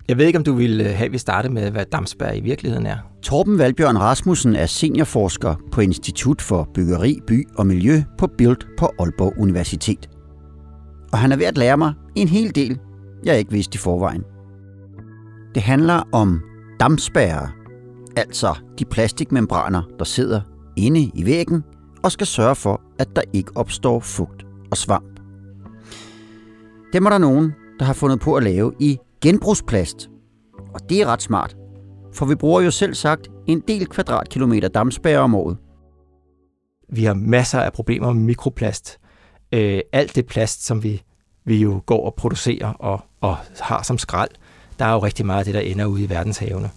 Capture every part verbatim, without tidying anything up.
Jeg ved ikke, om du vil have, at vi starter med, hvad dampspærre i virkeligheden er. Torben Valbjørn Rasmussen er seniorforsker på Institut for Byggeri, By og Miljø på BILD på Aalborg Universitet. Og han er ved at lære mig en hel del, jeg ikke vidste i forvejen. Det handler om dampspærrer, altså de plastikmembraner, der sidder inde i væggen og skal sørge for, at der ikke opstår fugt og svamp. Dem er der nogen, der har fundet på at lave i genbrugsplast. Og det er ret smart, for vi bruger jo selv sagt en del kvadratkilometer dampspærre om året. Vi har masser af problemer med mikroplast. Øh, alt det plast, som vi, vi jo går og producerer og, og har som skrald, der er jo rigtig meget af det, der ender ude i verdenshavene.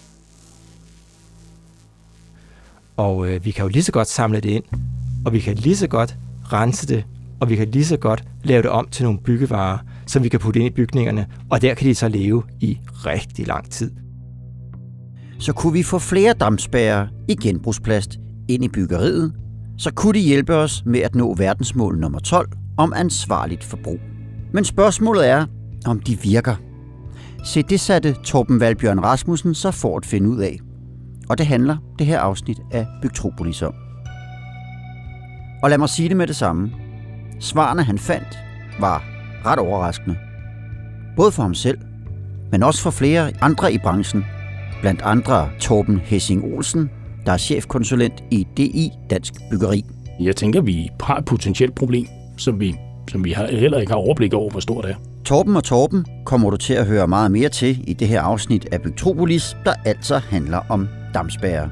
Og øh, vi kan jo lige så godt samle det ind, og vi kan lige så godt rense det, og vi kan lige så godt lave det om til nogle byggevarer, som vi kan putte ind i bygningerne, og der kan de så leve i rigtig lang tid. Så kunne vi få flere dampspærrer i genbrugsplast ind i byggeriet, så kunne de hjælpe os med at nå verdensmål nummer tolv om ansvarligt forbrug. Men spørgsmålet er, om de virker. Se, det satte Torben Valbjørn Rasmussen så for at finde ud af. Og det handler det her afsnit af Bygtropolis om. Og lad mig sige det med det samme. Svarene han fandt var ret overraskende. Både for ham selv, men også for flere andre i branchen. Blandt andre Torben Hessing Olsen, der er chefkonsulent i D I Dansk Byggeri. Jeg tænker, vi har et potentielt problem, som vi, som vi heller ikke har overblik over, hvor stort det er. Torben og Torben kommer du til at høre meget mere til i det her afsnit af Bygtropolis, der altså handler om dampspærrer.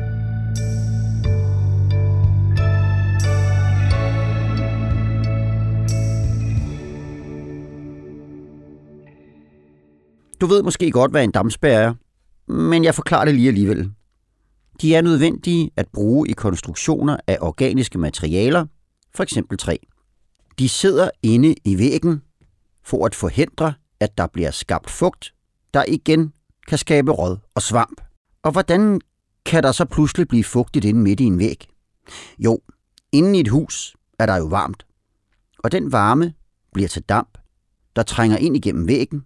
Du ved måske godt, hvad en dampspærre er, men jeg forklarer det lige alligevel. De er nødvendige at bruge i konstruktioner af organiske materialer, f.eks. træ. De sidder inde i væggen for at forhindre, at der bliver skabt fugt, der igen kan skabe råd og svamp. Og hvordan kan der så pludselig blive fugtigt inde midt i en væg? Jo, inde i et hus er der jo varmt, og den varme bliver til damp, der trænger ind igennem væggen,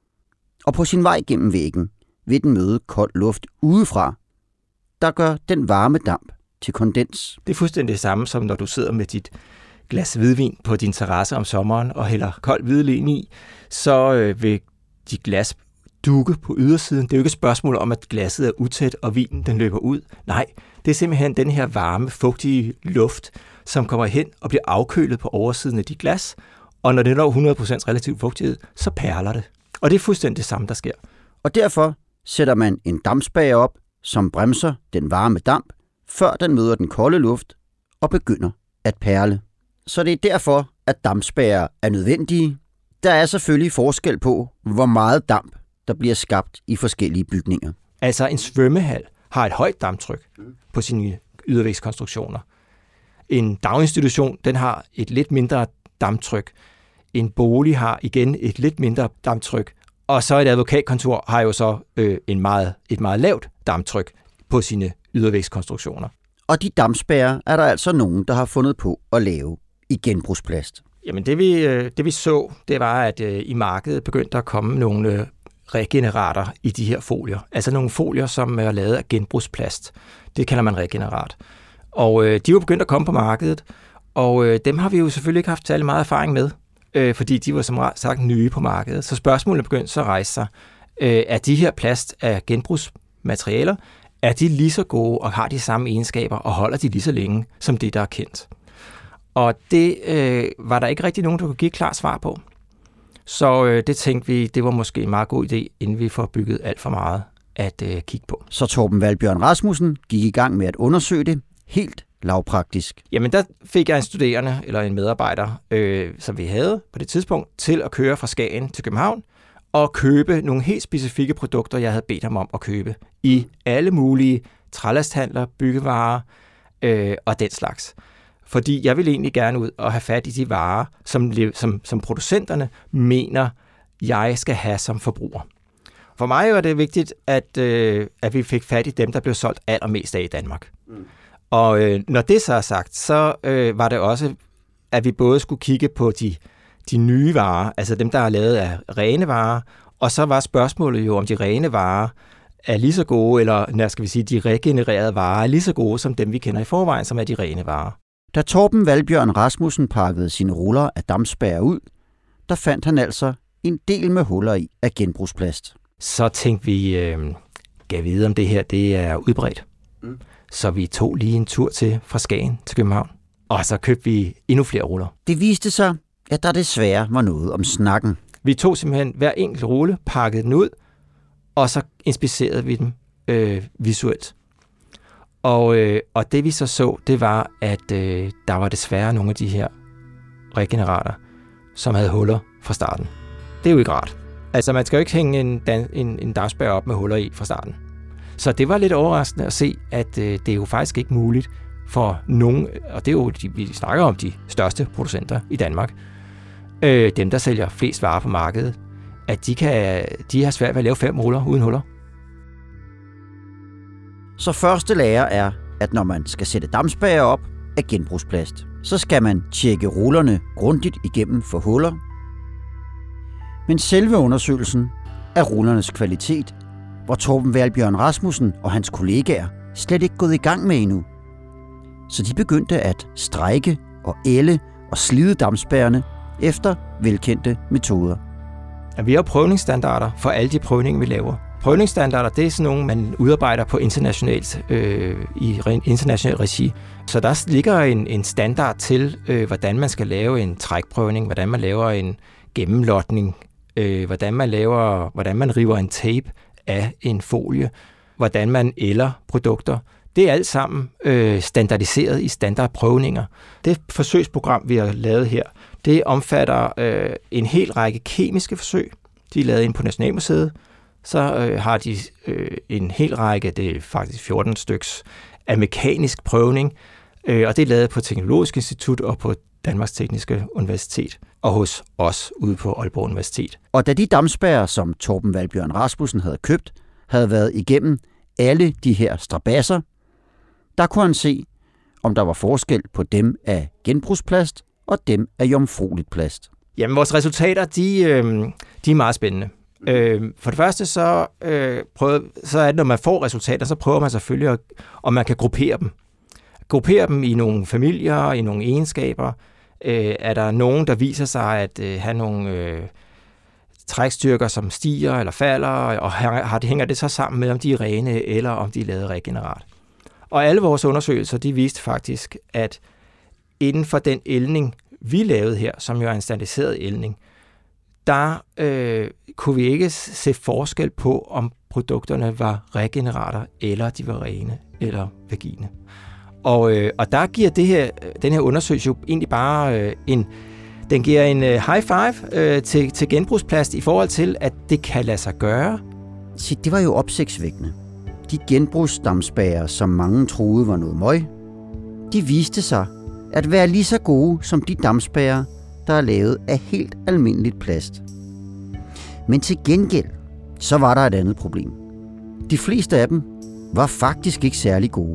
og på sin vej gennem væggen vil den møde kold luft udefra, der gør den varme damp til kondens. Det er fuldstændig det samme, som når du sidder med dit glas hvidvin på din terrasse om sommeren og hælder kold hvidvin i, så øh, vil dit glas dukke på ydersiden. Det er jo ikke et spørgsmål om, at glasset er utæt, og vinen den løber ud. Nej, det er simpelthen den her varme, fugtige luft, som kommer hen og bliver afkølet på oversiden af dit glas, og når det når hundrede procent relativ fugtighed, så perler det. Og det er fuldstændig det samme, der sker. Og derfor sætter man en dampspærre op, som bremser den varme damp, før den møder den kolde luft og begynder at perle. Så det er derfor, at dampspærrer er nødvendige. Der er selvfølgelig forskel på, hvor meget damp, der bliver skabt i forskellige bygninger. Altså en svømmehal har et højt damptryk på sine ydervægskonstruktioner. En daginstitution, den har et lidt mindre damptryk. En bolig har igen et lidt mindre damptryk. Og så et advokatkontor har jo så øh, en meget, et meget lavt damptryk på sine ydervægskonstruktioner. Og de dampspærrer er der altså nogen, der har fundet på at lave i genbrugsplast. Jamen det vi, det vi så, det var, at øh, i markedet begyndte at komme nogle øh, regenerater i de her folier. Altså nogle folier, som er lavet af genbrugsplast. Det kalder man regenerat. Og øh, de var begyndt at komme på markedet, og øh, dem har vi jo selvfølgelig ikke haft særlig meget erfaring med, øh, fordi de var som sagt nye på markedet. Så spørgsmålet begyndte så at rejse sig. Øh, er de her plast af genbrugsmaterialer, er de lige så gode og har de samme egenskaber, og holder de lige så længe som det, der er kendt? Og det øh, var der ikke rigtig nogen, der kunne give et klart svar på. Så øh, det tænkte vi, det var måske en meget god idé, inden vi får bygget alt for meget at øh, kigge på. Så Torben Valbjørn Rasmussen gik i gang med at undersøge det helt lavpraktisk. Jamen der fik jeg en studerende eller en medarbejder, øh, som vi havde på det tidspunkt, til at køre fra Skagen til København og købe nogle helt specifikke produkter, jeg havde bedt ham om at købe i alle mulige trælasthandler, byggevarer øh, og den slags. Fordi jeg vil egentlig gerne ud og have fat i de varer, som, som, som producenterne mener, jeg skal have som forbruger. For mig var det vigtigt, at, øh, at vi fik fat i dem, der blev solgt allermest af i Danmark. Mm. Og øh, når det så er sagt, så øh, var det også, at vi både skulle kigge på de, de nye varer, altså dem, der er lavet af rene varer, Og så var spørgsmålet jo, om de rene varer er lige så gode, eller hvad skal vi sige, de regenererede varer er lige så gode som dem, vi kender i forvejen, som er de rene varer. Da Torben Valbjørn Rasmussen pakkede sine ruller af dampspærrer ud, der fandt han altså en del med huller i af genbrugsplast. Så tænkte vi, øh, gav vide om det her, det er udbredt. Mm. Så vi tog lige en tur til fra Skagen til København, og så købte vi endnu flere ruller. Det viste sig, at der desværre var noget om snakken. Vi tog simpelthen hver enkelt rulle, pakkede den ud, og så inspicerede vi dem øh, visuelt. Og, øh, og det vi så så, det var, at øh, der var desværre nogle af de her regenerater, som havde huller fra starten. Det er jo ikke rart. Altså, man skal jo ikke hænge en, en, en dampspærre op med huller i fra starten. Så det var lidt overraskende at se, at øh, det er jo faktisk ikke muligt for nogen, og det er jo, de, vi snakker om de største producenter i Danmark, øh, dem der sælger flest varer på markedet, at de, kan, de har svært ved at lave fem ruller uden huller. Så første lære er, at når man skal sætte dampspærrer op af genbrugsplast, så skal man tjekke rullerne grundigt igennem for huller. Men selve undersøgelsen af rullernes kvalitet var Torben Valbjørn Rasmussen og hans kollegaer slet ikke gået i gang med endnu. Så de begyndte at strække og ælde og slide dampspærrerne efter velkendte metoder. Ja, vi har prøvningsstandarder for alle de prøvninger, vi laver. Prøvningsstandarder, det er sådan nogle, man udarbejder på internationalt, øh, i international regi. Så der ligger en, en standard til, øh, hvordan man skal lave en trækprøvning, hvordan man laver en gennemlotning, øh, hvordan man laver, hvordan man river en tape af en folie, hvordan man ælder produkter. Det er alt sammen øh, standardiseret i standardprøvninger. Det forsøgsprogram, vi har lavet her, det omfatter øh, en hel række kemiske forsøg. De er lavet inde på Nationalmuseet. Så øh, har de øh, en hel række, det er faktisk fjorten styks, af mekanisk prøvning, øh, og det er lavet på Teknologisk Institut og på Danmarks Tekniske Universitet, og hos os ude på Aalborg Universitet. Og da de dampspærrer, som Torben Valbjørn Rasmussen havde købt, havde været igennem alle de her strabasser, der kunne han se, om der var forskel på dem af genbrugsplast og dem af jomfrueligt plast. Jamen, vores resultater, de, øh, de er meget spændende. Øh, for det første, så, øh, prøver, så er det, når man får resultater, så prøver man selvfølgelig, at, om man kan gruppere dem. Gruppere dem i nogle familier, i nogle egenskaber. Øh, er der nogen, der viser sig at øh, have nogle øh, trækstyrker, som stiger eller falder, og har, hænger det så sammen med, om de er rene, eller om de er lavet regenerat. Og alle vores undersøgelser, de viste faktisk, at inden for den ældning, vi lavede her, som jo er en standardiseret ældning, der øh, kunne vi ikke se forskel på, om produkterne var regenerater, eller de var rene, eller vagine. Og, øh, og der giver det her, den her undersøgelse jo egentlig bare øh, en, den giver en øh, high five øh, til, til genbrugsplast i forhold til, at det kan lade sig gøre. Se, det var jo opsigtsvækkende. De genbrugsdampspærrer, som mange troede var noget møg, de viste sig at være lige så gode som de dampspærrer, der er lavet af helt almindeligt plast. Men til gengæld, så var der et andet problem. De fleste af dem var faktisk ikke særlig gode.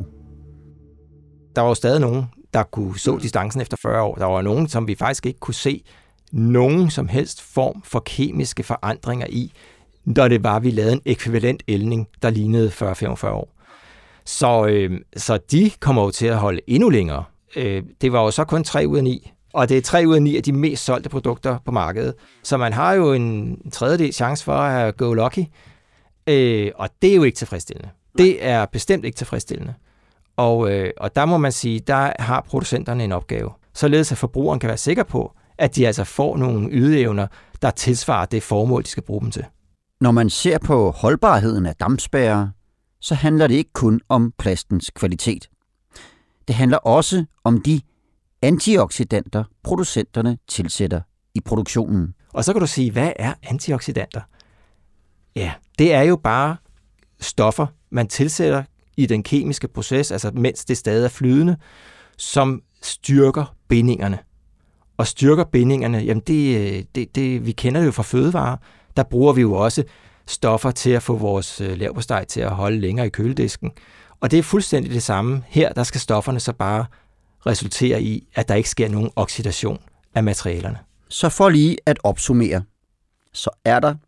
Der var jo stadig nogen, der kunne så distancen efter fyrre år. Der var nogen, som vi faktisk ikke kunne se nogen som helst form for kemiske forandringer i, når det var, vi lavede en ekvivalent ældning, der lignede fyrre til femogfyrre år. Så, øh, så de kommer jo til at holde endnu længere. Øh, det var jo så kun tre ud af ni. Og det er tre ud af ni af de mest solgte produkter på markedet. Så man har jo en tredjedel chance for at have go lucky. Øh, og det er jo ikke tilfredsstillende. Det er bestemt ikke tilfredsstillende. Og, øh, og der må man sige, der har producenterne en opgave. Således at forbrugeren kan være sikker på, at de altså får nogle ydeevner, der tilsvarer det formål, de skal bruge dem til. Når man ser på holdbarheden af dampspærrer, så handler det ikke kun om plastens kvalitet. Det handler også om de antioxidanter, producenterne tilsætter i produktionen. Og så kan du sige, hvad er antioxidanter? Ja, det er jo bare stoffer, man tilsætter i den kemiske proces, altså mens det stadig er flydende, som styrker bindingerne. Og styrker bindingerne, jamen det, det, det, vi kender det jo fra fødevarer, der bruger vi jo også stoffer til at få vores leverpostej til at holde længere i køledisken. Og det er fuldstændig det samme. Her der skal stofferne så bare resultere i, at der ikke sker nogen oxidation af materialerne. Så for lige at opsummere, så er der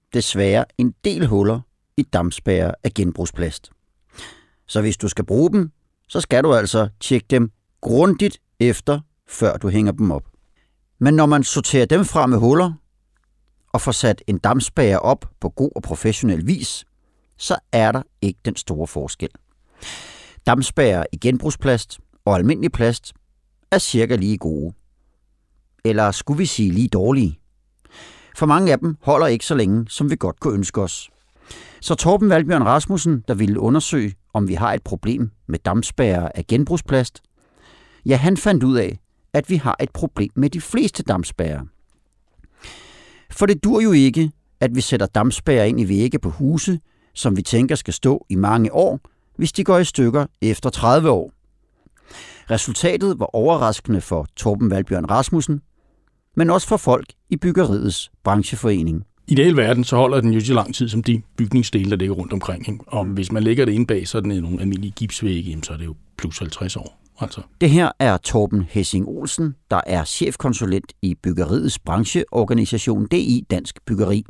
desværre en del huller i dampspærrer af genbrugsplast. Så hvis du skal bruge dem, så skal du altså tjekke dem grundigt efter, før du hænger dem op. Men når man sorterer dem fra med huller og får sat en dampspærre op på god og professionel vis, så er der ikke den store forskel. Dampspærrer i genbrugsplast og almindelig plast er cirka lige gode. Eller skulle vi sige lige dårlige? For mange af dem holder ikke så længe, som vi godt kunne ønske os. Så Torben Valbjørn Rasmussen, der ville undersøge, om vi har et problem med dampspærrer af genbrugsplast, ja, han fandt ud af, at vi har et problem med de fleste dampspærrer. For det dur jo ikke, at vi sætter dampspærrer ind i vægge på huse, som vi tænker skal stå i mange år, hvis de går i stykker efter tredive år. Resultatet var overraskende for Torben Valbjørn Rasmussen, men også for folk i byggeriets brancheforening. I ideel verden, så holder den jo så lang tid som de bygningsdele, der ligger rundt omkring. Ikke? Og hvis man lægger det inde bag, så er den nogle almindelige gipsvægge, så er det jo plus halvtreds år. Altså. Det her er Torben Hessing Olsen, der er chefkonsulent i byggeriets brancheorganisation D I Dansk Byggeri.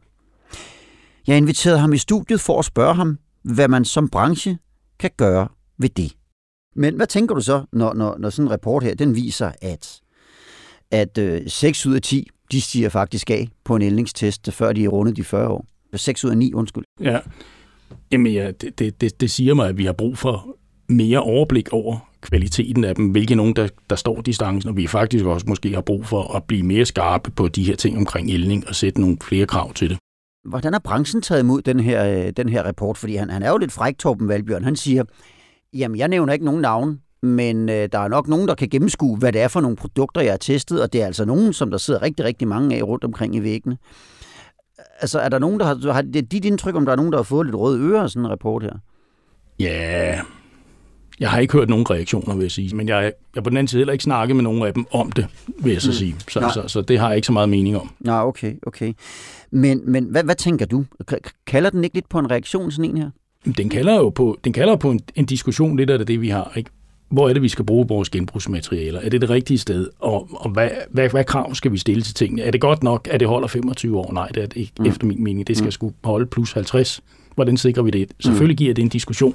Jeg inviterede ham i studiet for at spørge ham, hvad man som branche kan gøre ved det. Men hvad tænker du så, når, når, når sådan en rapport her, den viser, at, at øh, seks ud af ti, de stiger faktisk af på en ældningstest, før de er rundet de fyrre år? seks ud af ni, undskyld. Ja, Jamen, ja det, det, det, det siger mig, at vi har brug for mere overblik over kvaliteten af dem, hvilke nogen, der, der står distancen, og vi faktisk også måske har brug for at blive mere skarpe på de her ting omkring ældning og sætte nogle flere krav til det. Hvordan har branchen taget imod den her, den her rapport? Fordi han, han er jo lidt fræk, Torben Valbjørn. Han siger, jamen jeg nævner ikke nogen navn, men øh, der er nok nogen, der kan gennemskue, hvad det er for nogle produkter, jeg har testet, og det er altså nogen, som der sidder rigtig, rigtig mange af rundt omkring i væggene. Altså er der nogen, der har, har det dit indtryk, om der er nogen, der har fået lidt røde ører af sådan en rapport her? Ja, jeg har ikke hørt nogen reaktioner, vil jeg sige, men jeg har på den anden side heller ikke snakket med nogen af dem om det, vil jeg så sige. Så, så, så, så det har jeg ikke så meget mening om. Nå, okay, okay. Men, men hvad, hvad tænker du? Kalder den ikke lidt på en reaktion, sådan en her? Den kalder jo på, den kalder på en, en diskussion lidt af det, vi har. Ikke? Hvor er det, vi skal bruge vores genbrugsmaterialer? Er det det rigtige sted? Og, og hvad, hvad, hvad krav skal vi stille til tingene? Er det godt nok, at det holder femogtyve år? Nej, det er det ikke, mm. efter min mening. Det skal mm. sgu holde plus halvtreds. Hvordan sikrer vi det? Selvfølgelig giver det en diskussion.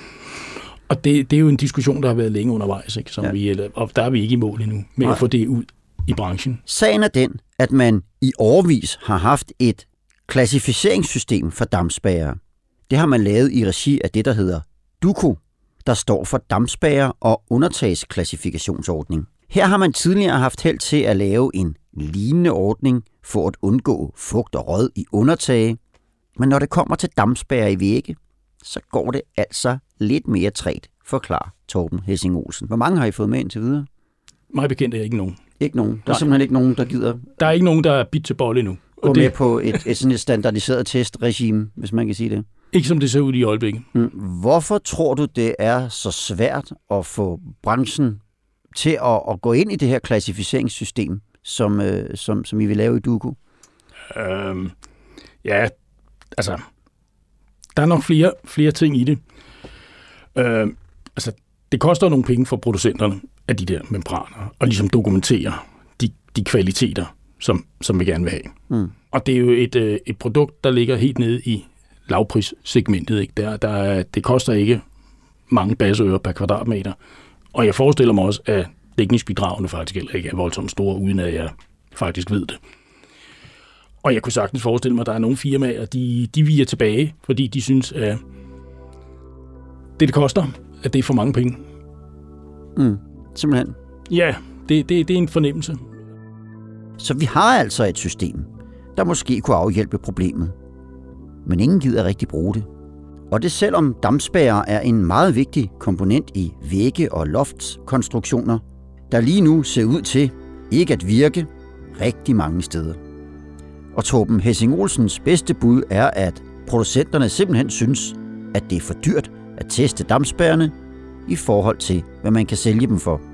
Og det, det er jo en diskussion, der har været længe undervejs, ikke? Som ja. vi, og der er vi ikke i mål endnu med Nej. at få det ud i branchen. Sagen er den, at man i årevis har haft et klassificeringssystem for dampspærrer. Det har man lavet i regi af det, der hedder DUCO, der står for dampspærrer og undertagsklassifikationsordning. Her har man tidligere haft held til at lave en lignende ordning for at undgå fugt og råd i undertage. Men når det kommer til dampspærrer i vægge, så går det altså lidt mere træt, forklarer Torben Hessing Olsen. Hvor mange har I fået med indtil videre? Mig bekendt er ikke nogen. Ikke nogen? Der er Nej. simpelthen ikke nogen, der gider? Der er ikke nogen, der er bidt til bolle endnu. Gå det... med på et, et sådan et standardiseret testregime, hvis man kan sige det. Ikke som det ser ud i øjeblikket. Mm. Hvorfor tror du, det er så svært at få branchen til at, at gå ind i det her klassificeringssystem, som, øh, som, som I vil lave i DUCO? Øhm, ja, altså, der er nok flere, flere ting i det. Øhm, altså, det koster nogle penge for producenterne af de der membraner, og ligesom dokumentere de, de kvaliteter, som, som vi gerne vil have. Mm. Og det er jo et, øh, et produkt, der ligger helt nede i lavprissegmentet. Ikke? Der, der, det koster ikke mange basseøre per kvadratmeter. Og jeg forestiller mig også, at dækningsbidragene faktisk heller ikke er voldsomt store, uden at jeg faktisk ved det. Og jeg kunne sagtens forestille mig, at der er nogle firmaer, de, de viger tilbage, fordi de synes, at det, det koster, at det er for mange penge. Mm, simpelthen. Ja, det, det, det er en fornemmelse. Så vi har altså et system, der måske kunne afhjælpe problemet. Men ingen gider rigtig bruge det. Og det selvom dampspærrer er en meget vigtig komponent i vægge- og loftskonstruktioner, der lige nu ser ud til ikke at virke rigtig mange steder. Og Torben Hessing Olsens bedste bud er, at producenterne simpelthen synes, at det er for dyrt at teste dampspærrerne i forhold til, hvad man kan sælge dem for.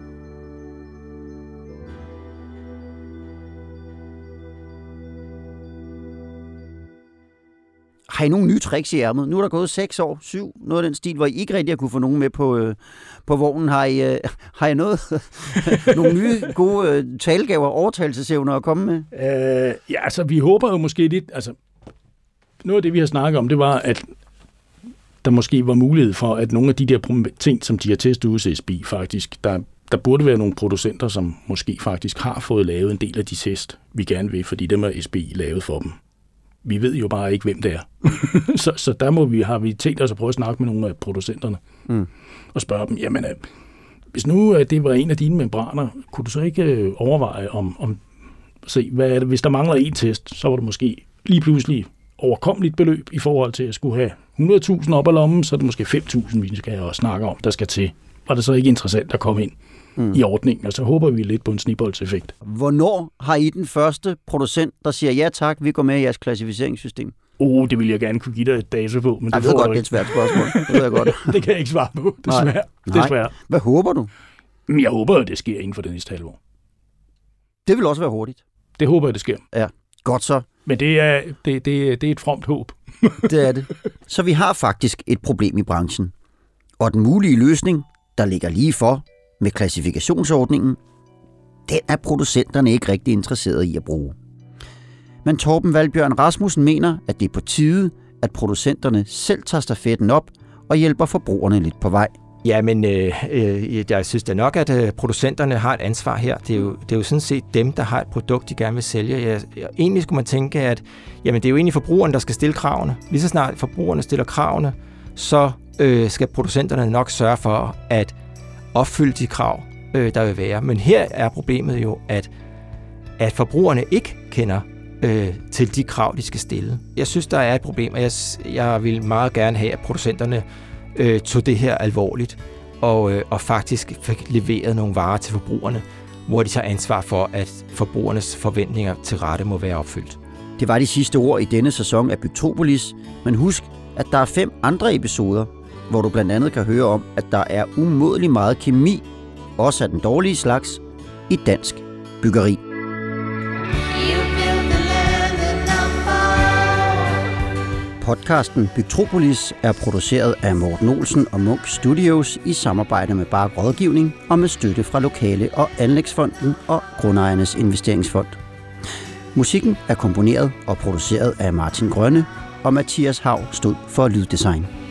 Har I nogle nye tricks i ærmet? Nu er der gået seks år, syv, noget af den stil, hvor I ikke rigtig har kunne få nogen med på, øh, på vognen. Har I, øh, har I noget, nogle nye gode øh, talegaver og overtagelsesevner at komme med? Øh, ja, altså vi håber jo måske lidt, altså noget af det, vi har snakket om, det var, at der måske var mulighed for, at nogle af de der ting, som de har testet ud hos S B I faktisk, der, der burde være nogle producenter, som måske faktisk har fået lavet en del af de test, vi gerne vil, fordi dem har S B I lavet for dem. Vi ved jo bare ikke, hvem det er. så, så der må vi, har vi tænkt os at prøve at snakke med nogle af producenterne mm. og spørge dem, jamen, hvis nu det var en af dine membraner, kunne du så ikke overveje om, om se, hvad er det, hvis der mangler en test, så var det måske lige pludselig overkommeligt beløb i forhold til at skulle have hundrede tusind op ad lommen, så er det måske fem tusind, vi skal også snakke om, der skal til. Var det så ikke interessant at komme ind mm. i ordningen, og så håber vi lidt på en snibboldseffekt. Hvornår har I den første producent, der siger, ja tak, vi går med i jeres klassificeringssystem? Oh, det vil jeg gerne kunne give dig et data på. Men jeg det ved godt, det er et svært spørgsmål. Det ved jeg godt. Det kan jeg ikke svare på, desværre. Nej. desværre. Hvad håber du? Jeg håber, at det sker inden for det næste halvår. Det vil også være hurtigt. Det håber jeg, det sker. Ja, godt så. Men det er, det, det, det er et fromt håb. Det er det. Så vi har faktisk et problem i branchen. Og den mulige løsning, der ligger lige for med klassifikationsordningen, den er producenterne ikke rigtig interesserede i at bruge. Men Torben Valbjørn Rasmussen mener, at det er på tide, at producenterne selv tager stafetten op og hjælper forbrugerne lidt på vej. Ja, men øh, øh, jeg synes da nok, at øh, producenterne har et ansvar her. Det er, jo, det er jo sådan set dem, der har et produkt, de gerne vil sælge. Jeg, jeg, egentlig skulle man tænke, at jamen, det er jo egentlig forbrugerne, der skal stille kravene. Lige så snart forbrugerne stiller kravene, så øh, skal producenterne nok sørge for at opfylde de krav, øh, der vil være. Men her er problemet jo, at, at forbrugerne ikke kender øh, til de krav, de skal stille. Jeg synes, der er et problem, og jeg, jeg vil meget gerne have, at producenterne Øh, tog det her alvorligt og, øh, og faktisk fik leveret nogle varer til forbrugerne, hvor de tager ansvar for, at forbrugernes forventninger til rette må være opfyldt. Det var de sidste ord i denne sæson af Bygtropolis, men husk, at der er fem andre episoder, hvor du blandt andet kan høre om, at der er umådelig meget kemi, også af den dårlige slags, i dansk byggeri. Podcasten Bygtropolis er produceret af Morten Olsen og Munk Studios i samarbejde med Bark Rådgivning og med støtte fra Lokale- og Anlægsfonden og Grundejernes Investeringsfond. Musikken er komponeret og produceret af Martin Grønne, og Mathias Hav stod for lyddesign.